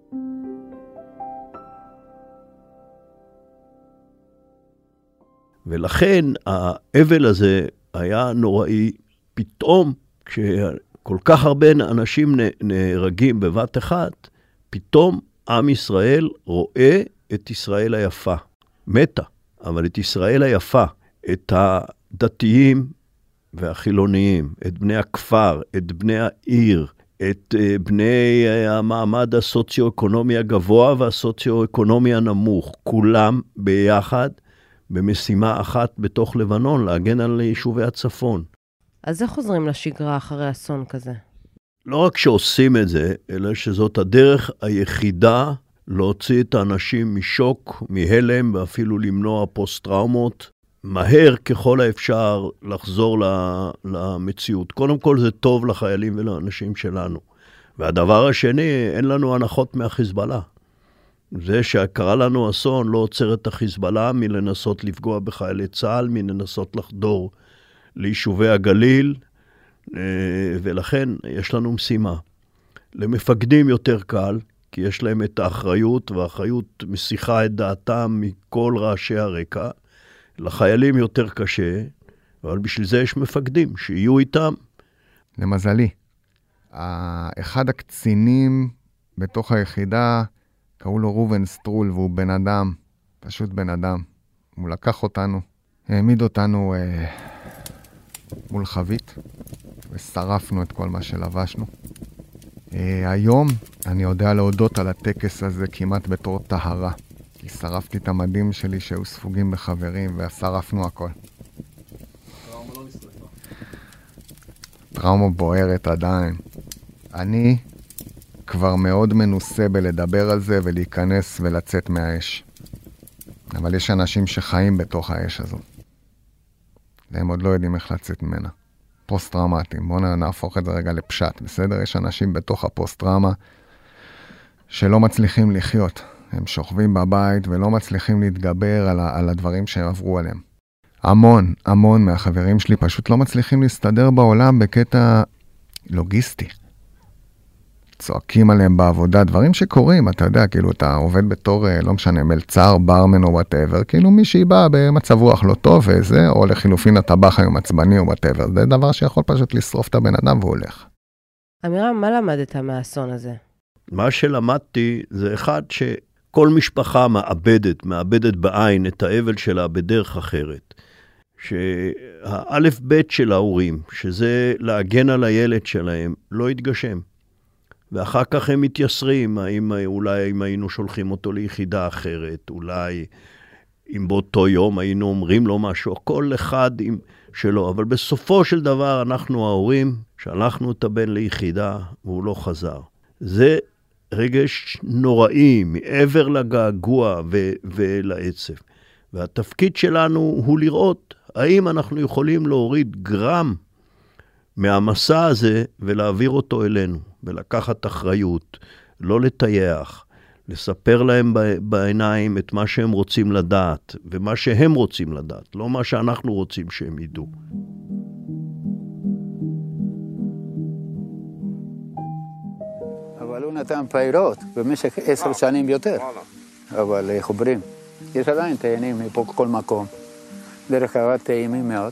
ולכן האבל הזה היה נוראי. פתאום, כשכל כך הרבה אנשים נהרגים בבת אחת, פתאום עם ישראל רואה את ישראל היפה. מתה, אבל את ישראל היפה, את הדתיים והחילוניים, את בני הכפר, את בני העיר, את בני המעמד הסוציו-אקונומי הגבוה והסוציו-אקונומי הנמוך, כולם ביחד במשימה אחת בתוך לבנון, להגן על יישובי הצפון. אז איך חוזרים לשגרה אחרי אסון כזה? לא רק שעושים את זה, אלא שזאת הדרך היחידה להוציא את האנשים משוק, מהלם, ואפילו למנוע פוסט-טראומות, מהר ככל האפשר לחזור למציאות. קודם כל זה טוב לחיילים ולאנשים שלנו. והדבר השני, אין לנו הנחות מהחיזבאללה. זה שקרה לנו אסון לא עוצר את החיזבאללה מלנסות לפגוע בחיילי צה"ל, מלנסות לחדור ליישובי הגליל, ולכן יש לנו משימה. למפקדים יותר קל, כי יש להם את האחריות, והאחריות מסיחה את דעתם מכל רעשי הרקע. לחיילים יותר קשה, אבל בשביל זה יש מפקדים שיהיו איתם. למזלי, אחד הקצינים בתוך היחידה, קראו לו רובן סטרול, והוא בן אדם, פשוט בן אדם. הוא לקח אותנו, העמיד אותנו מול חבית, ושרפנו את כל מה שלבשנו. היום אני יודע להודות על הטקס הזה כמעט בתור טהרה, כי שרפתי את המדים שלי שהיו ספוגים בחברים, ושרפנו הכל. טראומה לא נשרפה. טראומה בוערת עדיין. אני כבר מאוד מנוסה בלדבר על זה ולהיכנס ולצאת מהאש. אבל יש אנשים שחיים בתוך האש הזו. והם עוד לא יודעים איך לצאת ממנה. פוסט-טראומטיים. בואו נהפוך את זה רגע לפשט, בסדר? יש אנשים בתוך הפוסט-טראומה שלא מצליחים לחיות. הם שוכבים בבית ולא מצליחים להתגבר על הדברים שהם עברו עליהם. המון מהחברים שלי פשוט לא מצליחים להסתדר בעולם בקטע לוגיסטי. צועקים עליהם בעבודה, דברים שקורים, אתה יודע, כאילו אתה עובד בתור, לא משנה, מלצר, ברמן או whatever, כאילו מישהי בא במצב רוח לא טוב וזה, או לחילופין הטבח היום עצבני או whatever, זה דבר שיכול פשוט לשרוף את הבן אדם והוא הולך. אמירם, מה למדת מהאסון הזה? מה שלמדתי זה אחד שכל משפחה מאבדת בעין את האבל שלה בדרך אחרת. שהאלף בית של ההורים, שזה להגן על הילד שלהם, לא יתגשם. ואחר כך הם מתייסרים, אולי אם היינו שולחים אותו ליחידה אחרת, אולי אם באותו יום היינו אומרים לו משהו, כל אחד עם שלו, אבל בסופו של דבר אנחנו ההורים, שלחנו את הבן ליחידה והוא לא חזר. זה רגש נוראי, מעבר לגעגוע ולעצב. והתפקיד שלנו הוא לראות האם אנחנו יכולים להוריד גרם מהמסע הזה ולהעביר אותו אלינו, ולקחת אחריות, לא לטייח, לספר להם בעיניים את מה שהם רוצים לדעת, ומה שהם רוצים לדעת, לא מה שאנחנו רוצים שהם ידעו. אבל הוא נתן פירות במשך 10 שנים יותר. אבל איך אומרים? יש עדיין תאנים מפה כל מקום. דרך אגב טעימים מאוד.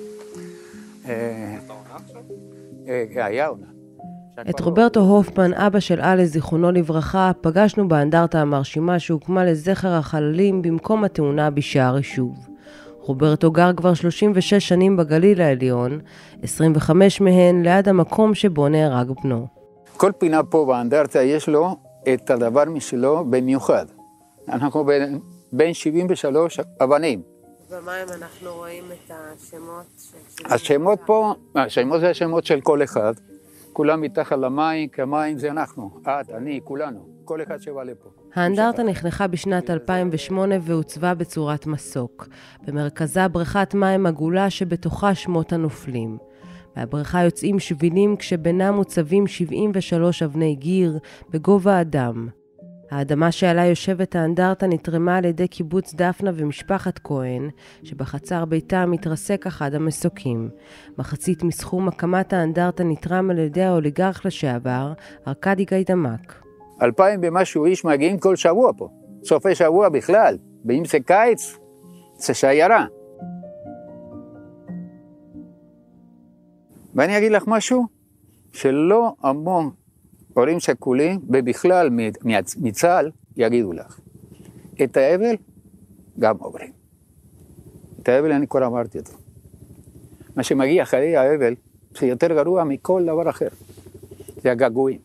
היה עונה. את רוברטו הופמן, אבא של אלה זיכרונו לברכה, פגשנו באנדרטה המרשימה שהוקמה לזכר החללים במקום התאונה בשער יישוב. רוברטו גר כבר 36 שנים בגליל העליון, 25 מהן ליד המקום שבו נהרג בנו. כל פינה פה באנדרטה יש לו את הדבר משלו במיוחד. אנחנו בין 73 אבנים. ומה אם אנחנו רואים את השמות? השמות פה, השמות זה השמות של כל אחד. כולם מתחת למים, כי המים זה אנחנו, את, אני, כולנו, כל אחד שבא לפה. האנדרטה נחנכה בשנת 2008 והוצבה בצורת מסוק. במרכזה בריכת מים עגולה שבתוכה שמות הנופלים. מהבריכה יוצאים שבילים כשבינם מוצבים 73 אבני גיר בגובה אדם. האדמה שעלה יושבת האנדרטה נתרמה על ידי קיבוץ דפנה ומשפחת כהן, שבחצר ביתה מתרסק אחד המסוקים. מחצית מסכום הקמת האנדרטה נתרם על ידי האוליגרך לשעבר, ארקדי גיידמק. 2,000 ומשהו איש מגיעים כל שבוע פה, סופי שבוע בכלל, ואם זה קיץ, זה שיירה. ואני אגיד לך משהו, שלא המון הורים שכולים, ובכלל מצה"ל, יגידו לך. את האבל גם עוברים. את האבל אני כבר אמרתי אותו. מה שמגיע אחרי האבל, זה יותר גרוע מכל דבר אחר. זה הגעגועים.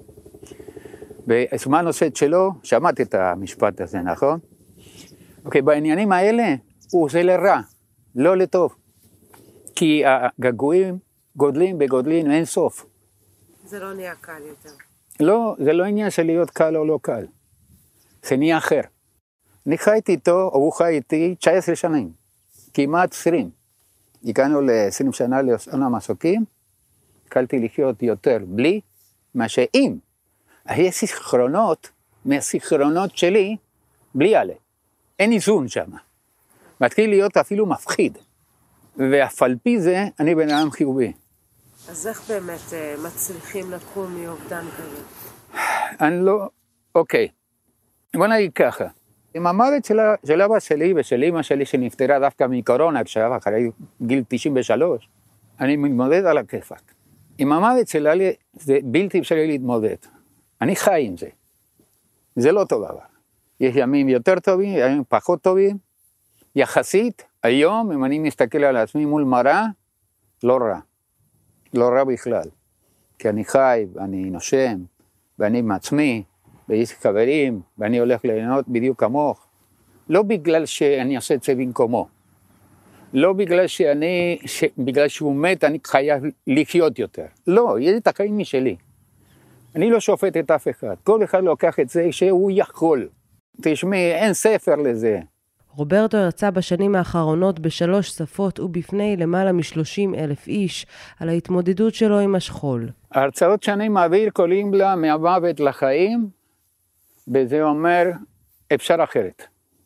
בזמן נושאת שלו, שמעתי את המשפט הזה, נכון? אוקיי, בעניינים האלה, הוא עושה לרע, לא לטוב. כי הגעגועים גודלים וגודלים אין סוף. זה לא נהיה קל יותר. לא, זה לא עניין של להיות קל או לא קל. זה נהיה אחר. אני חייתי איתו, או הוא חי איתי 19 שנים. כמעט 20. הגענו ל-20 שנה לאסון המסוקים, התחלתי לחיות יותר בלי, מה שאם, היה סכרונות מהסכרונות שלי, בלי עלה. אין איזון שם. מתחיל להיות אפילו מפחיד. ואף על פי זה, אני בן אדם חיובי. אז איך באמת מצליחים לקום מאובדן כזה? אני לא... אוקיי. בוא נגיד ככה. עם המוות של אבא שלי ושל אמא שלי שנפטרה דווקא מקורונה, כשהיה אחרי גיל 93, אני מתמודד על הכיפק. עם המוות שלי זה בלתי אפשרי להתמודד. אני חי עם זה. זה לא טוב דבר. יש ימים יותר טובים, ימים פחות טובים. יחסית, היום, אם אני מסתכל על עצמי מול מראה, לא רע. לא רע בכלל. כי אני חי, ואני נושם, ואני עם עצמי, ויש חברים, ואני הולך ליהנות בדיוק כמוך. לא בגלל שאני עושה את זה במקומו. לא בגלל בגלל שהוא מת, אני חייב לחיות יותר. לא, יש את החיים משלי. אני לא שופט את אף אחד. כל אחד לוקח את זה שהוא יכול. תשמעי, אין ספר לזה. רוברטו הרצה בשנים האחרונות ב3 שפות ובפני למעלה מ-30,000 איש על ההתמודדות שלו עם השכול. ההרצאות שאני מעביר קוראים לה מהמוות לחיים, וזה אומר אפשר אחרת.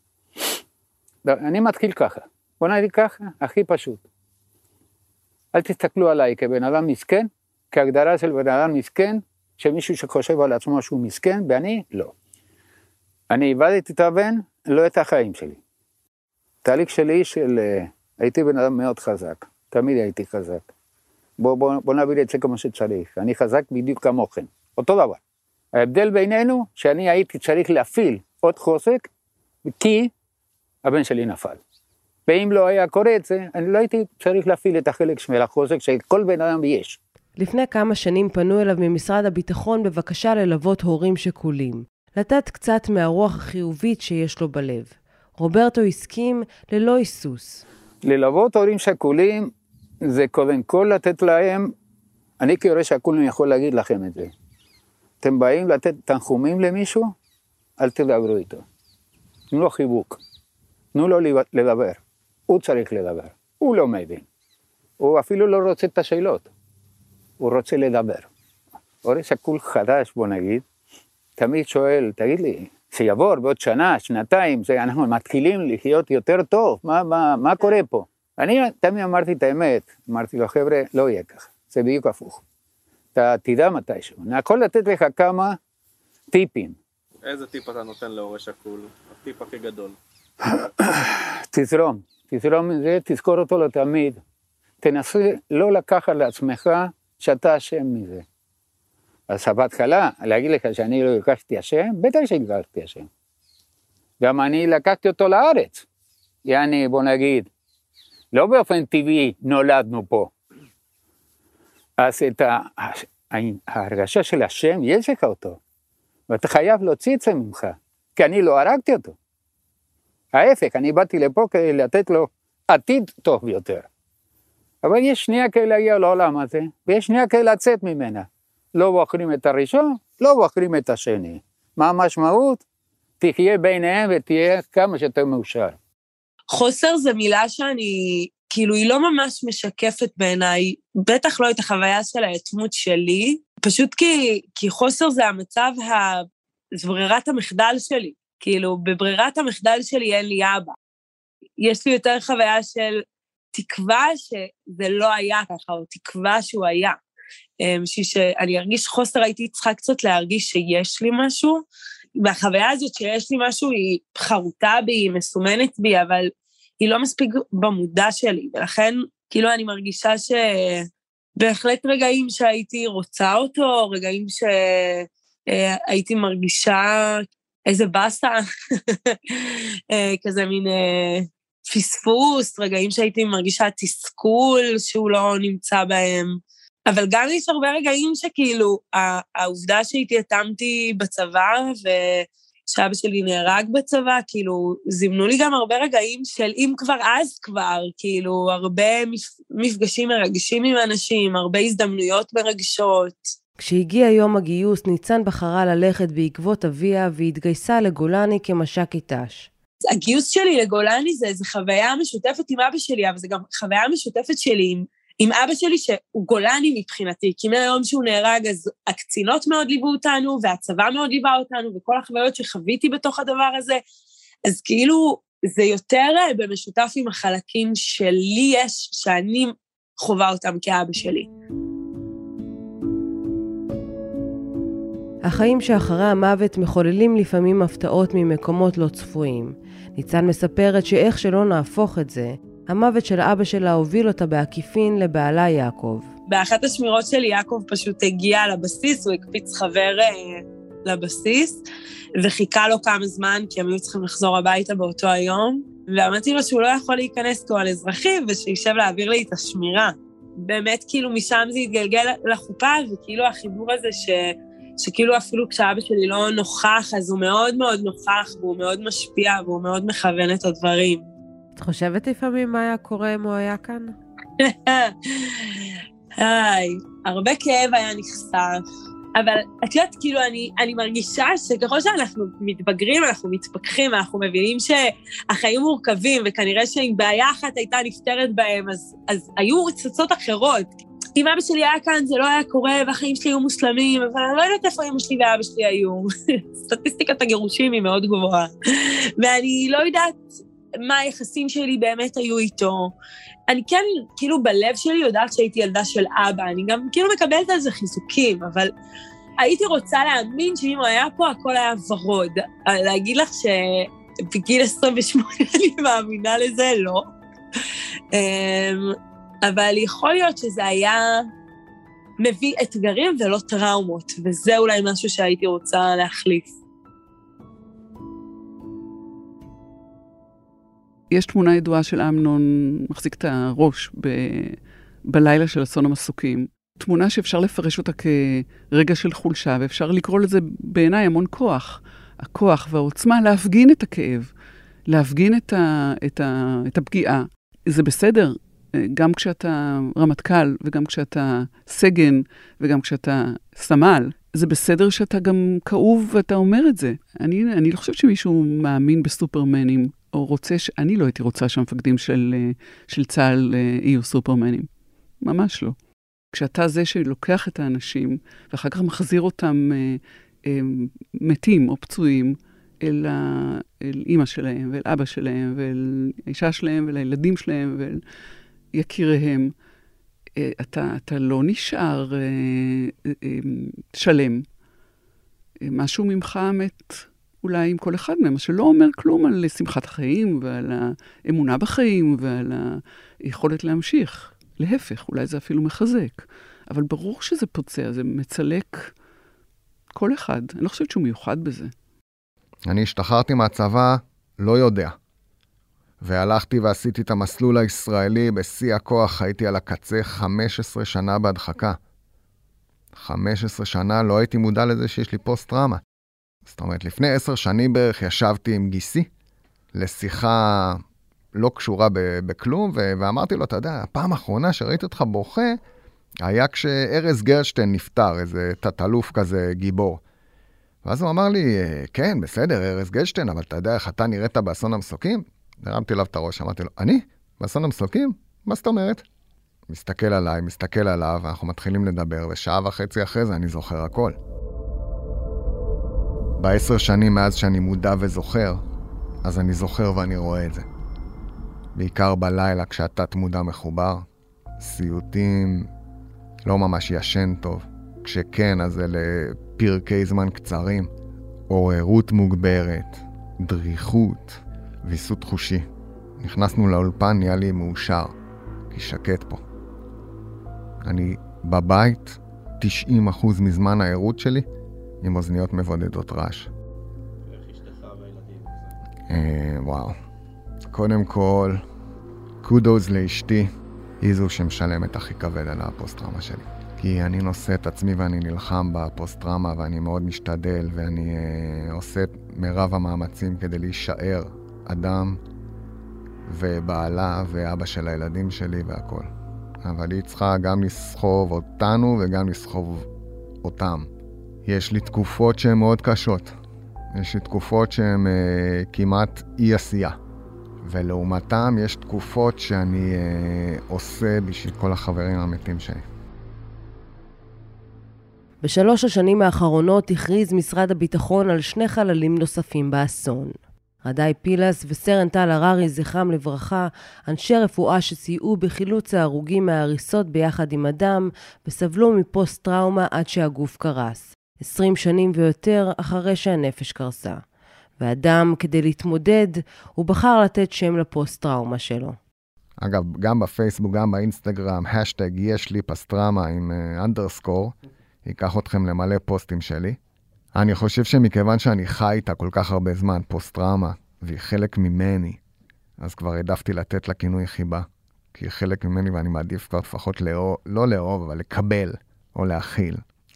אני מתחיל ככה. בוא נגיד ככה, הכי פשוט. אל תסתכלו עליי כבן אדם מסכן, כהגדרה של בן אדם מסכן, שמישהו שחושב על עצמו שהוא מסכן, ואני לא. אני איבדתי את הבן, לא את החיים שלי. תהליך שלי הייתי בן אדם מאוד חזק, תמיד הייתי חזק. בוא נעביר את זה כמו שצריך, אני חזק בדיוק כמוכן, אותו דבר. ההבדל בינינו, שאני הייתי צריך להפעיל עוד חוזק, כי הבן שלי נפל. ואם לא היה קורה את זה, אני לא הייתי צריך להפעיל את החלק של החוזק שכל בן אדם יש. לפני כמה שנים פנו אליו ממשרד הביטחון בבקשה ללוות הורים שכולים. לתת קצת מהרוח החיובית שיש לו בלב. רוברטו הסכים ללא היסוס. ללוות הורים שכולים זה קודם כל לתת להם, אני כהורה שכול יכול להגיד לכם את זה. אתם באים לתת תנחומים למישהו, אל תדברו איתו. תנו לו חיבוק. תנו לו לדבר. הוא צריך לדבר. הוא לא מבין. הוא אפילו לא רוצה את השאלות. הוא רוצה לדבר. הורה שכול חדש, בוא נגיד, תמיד שואל, תגיד לי, שיעבור בעוד שנה, שנתיים, אנחנו מתחילים לחיות יותר טוב, מה קורה פה? אני תמיד אמרתי את האמת, אמרתי לו, חבר'ה, לא יהיה ככה, זה בדיוק הפוך. אתה תדע מתישהו, אני יכול לתת לך כמה טיפים. איזה טיפ אתה נותן להורה שכול? הטיפ הכי גדול. תזרום מזה, תזכור אותו לתמיד. תנסה לא לקחת לעצמך שאתה אשם מזה. אז בהתחלה, להגיד לך שאני לא לקחתי אשם, בטח שלקחתי אשם. גם אני לקחתי אותו לארץ. יעני, בוא נגיד, לא באופן טבעי נולדנו פה. אז את ההרגשה של אשם, יש לך אותו. ואתה חייב להוציא את זה ממך, כי אני לא הרגתי אותו. ההפך, אני באתי לפה כדי לתת לו עתיד טוב יותר. אבל יש שנייה כאלה להגיע לעולם הזה, ויש שנייה כאלה לצאת ממנה. לא בוחרים את הראשון, לא בוחרים את השני. מה המשמעות? תחיה ביניהם ותהיה כמה שיותר מאושר. חוסר זה מילה שאני, כאילו היא לא ממש משקפת בעיניי, בטח לא את החוויה של היתמות שלי, פשוט כי חוסר זה המצב, זה ברירת המחדל שלי. כאילו בברירת המחדל שלי אין לי אבא. יש לי יותר חוויה של תקווה שזה לא היה ככה, או תקווה שהוא היה. שאני ארגיש חוסר, הייתי צריכה קצת להרגיש שיש לי משהו, והחוויה הזאת שיש לי משהו היא חרוטה בי, היא מסומנת בי, אבל היא לא מספיק במודע שלי, ולכן כאילו אני מרגישה בהחלט רגעים שהייתי רוצה אותו, רגעים שהייתי מרגישה איזה בסה, כזה מין פספוס, רגעים שהייתי מרגישה תסכול שהוא לא נמצא בהם. אבל גם יש הרבה רגעים שכאילו, העובדה שהתייתמתי בצבא, ושאבא שלי נהרג בצבא, כאילו, זימנו לי גם הרבה רגעים של אם כבר אז כבר, כאילו, הרבה מפגשים מרגשים עם אנשים, הרבה הזדמנויות מרגשות. כשהגיע יום הגיוס, ניצן בחרה ללכת בעקבות אביה, והתגייסה לגולני כמש"קית ת"ש. הגיוס שלי לגולני זה חוויה משותפת עם אבא שלי, אבל זה גם חוויה משותפת שלי עם אבא שלי שהוא גולני מבחינתי, כי מהיום שהוא נהרג אז הקצינות מאוד ליוו אותנו, והצבא מאוד ליווה אותנו, וכל החוויות שחוויתי בתוך הדבר הזה, אז כאילו זה יותר במשותף עם החלקים שלי יש, שאני חווה אותם כאבא שלי. החיים שאחרי המוות מחוללים לפעמים הפתעות ממקומות לא צפויים. ניצן מספרת שאיך שלא נהפוך את זה, המוות של אבא שלה הוביל אותה בעקיפין לבעלה יעקב. באחת השמירות שלי יעקב פשוט הגיע לבסיס, הוא הקפיץ חבר לבסיס, וחיכה לו כמה זמן, כי הם היו צריכים לחזור הביתה באותו היום, ואמרתי לו שהוא לא יכול להיכנס פה על אזרחים, ושישב להעביר לי את השמירה. באמת כאילו משם זה התגלגל לחופה, וכאילו החיבור הזה שכאילו אפילו כשאבא שלי לא נוכח, אז הוא מאוד מאוד נוכח, והוא מאוד משפיע, והוא מאוד מכוון את הדברים. את חושבת לפעמים מה היה קורה אם הוא היה כאן? הרבה כאב היה נחשף, אבל את יודעת, כאילו אני מרגישה שככל שאנחנו מתבגרים, אנחנו מתפכחים, אנחנו מבינים שהחיים מורכבים, וכנראה שאם בעיה אחת הייתה נפתרת בהם, אז היו צצות אחרות. אם אבא שלי היה כאן, זה לא היה קורה, והחיים שלי היו מושלמים, אבל אני לא יודעת איפה אמא שלי ואבא שלי היו. סטטיסטיקת הגירושים היא מאוד גבוהה. ואני לא יודעת מה היחסים שלי באמת היו איתו. אני כן, כאילו בלב שלי יודעת שהייתי ילדה של אבא, אני גם כאילו מקבלת על זה חיזוקים, אבל הייתי רוצה להאמין שאם הוא היה פה, הכל היה ורוד. להגיד לך שבגיל 28 אני מאמינה לזה, לא. אבל יכול להיות שזה היה מביא אתגרים ולא טראומות, וזה אולי משהו שהייתי רוצה להחליף. יש תמונה ידועה של אמנון מחזיק את הראש בלילה של אסון המסוקים. תמונה שאפשר לפרש אותה כרגע של חולשה, ואפשר לקרוא לזה בעיניי המון כוח. הכוח והעוצמה להפגין את הכאב, להפגין את הפגיעה. זה בסדר, גם כשאתה רמטכ"ל, וגם כשאתה סגן, וגם כשאתה סמל. זה בסדר שאתה גם כאוב ואתה אומר את זה. אני לא חושבת שמישהו מאמין בסופרמנים, או רוצה אני לא הייתי רוצה שהמפקדים של צה"ל יהיו סופרמנים. ממש לא. כשאתה זה שלוקח את האנשים, ואחר כך מחזיר אותם מתים או פצועים, אל אמא שלהם, ואל אבא שלהם, ואל האישה שלהם, ואל הילדים שלהם, ואל יקיריהם, אתה לא נשאר שלם. משהו ממך מת אולי עם כל אחד מהם, שלא אומר כלום על שמחת החיים, ועל האמונה בחיים, ועל היכולת להמשיך. להפך, אולי זה אפילו מחזק. אבל ברור שזה פוצע, זה מצלק כל אחד. אני לא חושבת שהוא מיוחד בזה. אני השתחררתי מהצבא, לא יודע. והלכתי ועשיתי את המסלול הישראלי בשיא הכוח, הייתי על הקצה 15 שנה בהדחקה. 15 שנה לא הייתי מודע לזה שיש לי פוסט-טראומה. זאת אומרת, לפני 10 שנים בערך ישבתי עם גיסי לשיחה לא קשורה בכלום, ואמרתי לו, אתה יודע, הפעם האחרונה שראיתי אותך בוכה, היה כשארז גרשטיין נפטר, איזה תת-אלוף כזה גיבור. ואז הוא אמר לי, כן, בסדר, ארז גרשטיין, אבל אתה יודע איך אתה נראית באסון המסוקים? הרמתי אליו את הראש, אמרתי לו, אני? באסון המסוקים? מה זאת אומרת? מסתכל עליי, מסתכל עליו, אנחנו מתחילים לדבר, ושעה וחצי אחרי זה אני זוכר הכל. ב10 שנים מאז שאני מודע וזוכר, אז אני זוכר ואני רואה את זה. בעיקר בלילה כשהתת מודע מחובר, סיוטים, לא ממש ישן טוב. כשכן, אז אלה פרקי זמן קצרים, עוררות מוגברת, דריכות, ויסות חושי. נכנסנו לאולפן, נהיה לי מאושר, כי שקט פה. אני בבית 90% מזמן העירות שלי עם אוזניות מבודדות רעש. איך אשתך והילדים? וואו. קודם כל, קודוז לאשתי, היא זו שמשלמת הכי כבד על הפוסט-טראומה שלי. כי אני נושא את עצמי ואני נלחם בפוסט-טראומה ואני מאוד משתדל ואני עושה מרב המאמצים כדי להישאר אדם ובעלה ואבא של הילדים שלי והכל. אבל היא צריכה גם לסחוב אותנו וגם לסחוב אותם. יש לי תקופות שהן מאוד קשות. יש לי תקופות שהן כמעט אי עשייה. ולעומתם יש תקופות שאני עושה בשביל כל החברים המתים שלי. בשלוש השנים האחרונות הכריז משרד הביטחון על 2 חללים נוספים באסון. רדי פילס וסרן טל הררי, זכרם לברכה, אנשי רפואה שסייעו בחילוץ ההרוגים מההריסות ביחד עם אדם וסבלו מפוסט-טראומה עד שהגוף קרס. 20 שנים ויותר אחרי שהנפש קרסה. ואדם, כדי להתמודד, הוא בחר לתת שם לפוסט-טראומה שלו. אגב, גם בפייסבוק, גם באינסטגרם, השטג יש לי פסטרמה עם אנדרסקור, ייקח אתכם למלא פוסטים שלי. אני חושב שמכיוון שאני חי איתה כל כך הרבה זמן, פוסט-טראומה, והיא חלק ממני, אז כבר העדפתי לתת לה כינוי חיבה. כי היא חלק ממני ואני מעדיף כבר לפחות לא לאהוב, אבל לקבל או להכיל.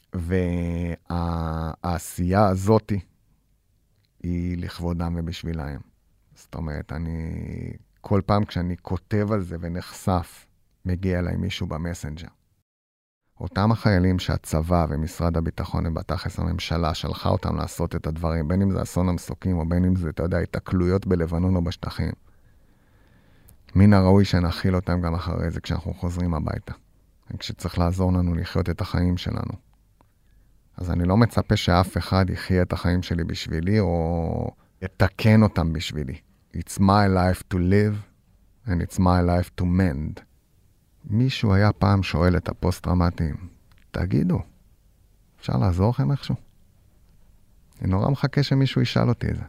והעשייה הזאת היא לכבודם ובשבילהם. זאת אומרת, כל פעם כשאני כותב על זה ונחשף, מגיע אליי מישהו במסנג'ר. אותם החיילים שהצבא ומשרד הביטחון ובתכלס הממשלה שלחה אותם לעשות את הדברים, בין אם זה אסון המסוקים או בין אם זה, אתה יודע, התקלויות בלבנון או בשטחים. מן הראוי שנכיל אותם גם אחרי זה כשאנחנו חוזרים הביתה. כשצריך לעזור לנו לחיות את החיים שלנו. אז אני לא מצפה שאף אחד יחיה את החיים שלי בשבילי או יתקן אותם בשבילי. It's my life to live and it's my life to mend. מישהו היה פעם שואל את הפוסט-טראומטיים, תגידו, אפשר לעזור לכם איכשהו? אני נורא מחכה שמישהו ישאל אותי את זה.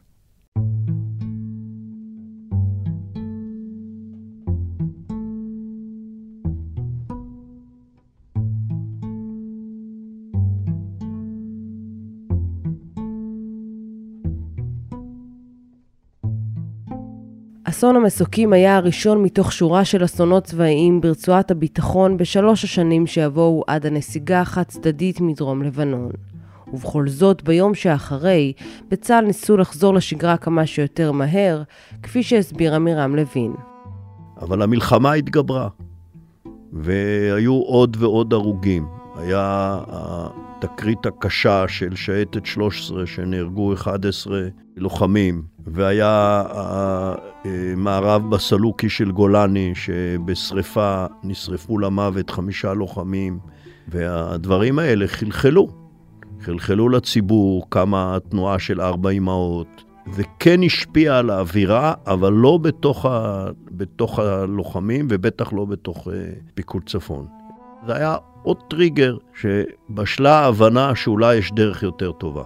אסון המסוקים היה הראשון מתוך שורה של אסונות צבאיים ברצועת הביטחון ב3 השנים שיבואו עד הנסיגה החד צדדית מדרום לבנון. ובכל זאת, ביום שאחרי, בצה"ל ניסו לחזור לשגרה כמה שיותר מהר, כפי שהסביר אמירם לוין. אבל המלחמה התגברה, והיו עוד ועוד הרוגים. היה התקרית הקשה של שייטת 13 שנהרגו 11 לוחמים, והיה המערב בסלוקי של גולני שבשריפה נשרפו למוות 5 לוחמים, והדברים האלה חלחלו לציבור, כמה התנועה של 4 אמהות, וכן השפיע על האווירה, אבל לא בתוך הלוחמים ובטח לא בתוך פיקוד צפון. זה היה עוד טריגר שבשלה ההבנה שאולי יש דרך יותר טובה.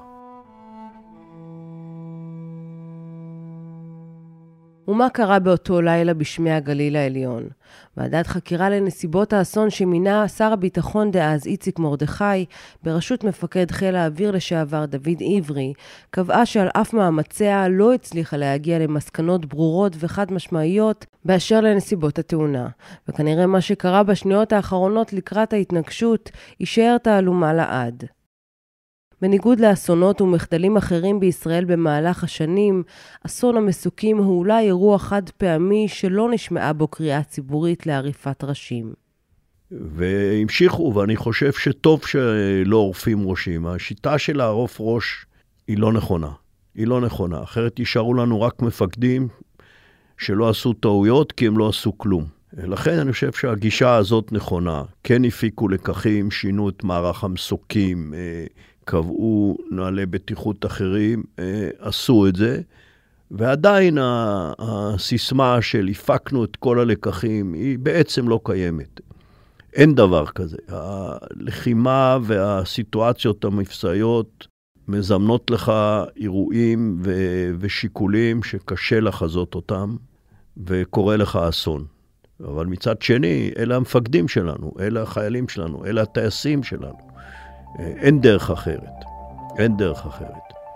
ומה קרה באותו לילה בשמי הגליל העליון? ועדת חקירה לנסיבות האסון שמינה שר הביטחון דאז איציק מרדכי, בראשות מפקד חיל האוויר לשעבר דוד עברי, קבעה שעל אף מאמציה לא הצליחה להגיע למסקנות ברורות וחד משמעיות באשר לנסיבות התאונה. וכנראה מה שקרה בשניות האחרונות לקראת ההתנגשות יישאר תעלומה לעד. בניגוד לאסונות ומחדלים אחרים בישראל במהלך השנים, אסון המסוקים הוא אולי אירוע חד פעמי שלא נשמעה בו קריאה ציבורית לעריפת ראשים. והמשיכו, ואני חושב שטוב שלא עורפים ראשים. השיטה של לערוף ראש היא לא נכונה. היא לא נכונה. אחרת יישארו לנו רק מפקדים שלא עשו טעויות כי הם לא עשו כלום. לכן אני חושב שהגישה הזאת נכונה. כן הפיקו לקחים, שינו את מערך המסוקים, קבעו נעלי בטיחות אחרים, עשו את זה, ועדיין הסיסמה של הפקנו את כל הלקחים היא בעצם לא קיימת. אין דבר כזה. הלחימה והסיטואציות המבצעיות מזמנות לך אירועים ושיקולים שקשה לחזות אותם, וקורה לך אסון. אבל מצד שני, אלה המפקדים שלנו, אלה החיילים שלנו, אלה הטייסים שלנו. אין דרך אחרת. אין דרך אחרת.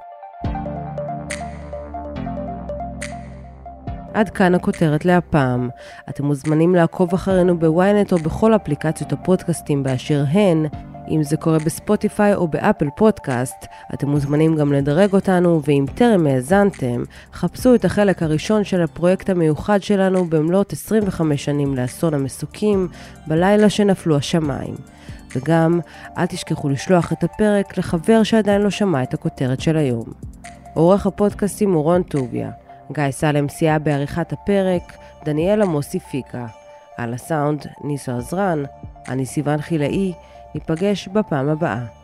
עד כאן הכותרת להפעם. אתם מוזמנים לעקוב אחרינו בוויינט או בכל אפליקציות הפודקאסטים באשר הן. אם זה קורה בספוטיפיי או באפל פודקאסט, אתם מוזמנים גם לדרג אותנו, ואם טרם האזנתם, חפשו את החלק הראשון של הפרויקט המיוחד שלנו במלאת 25 שנים לאסון המסוקים, בלילה שנפלו השמיים. וגם, אל תשכחו לשלוח את הפרק לחבר שעדיין לא שמע את הכותרת של היום. עורך הפודקאסטים הוא רון טוביה. גיא סלם סייע בעריכת הפרק, דניאלה מוסיפיקה. על הסאונד, ניסו עזרן, אני סיוון חילאי, ניפגש בפעם הבאה.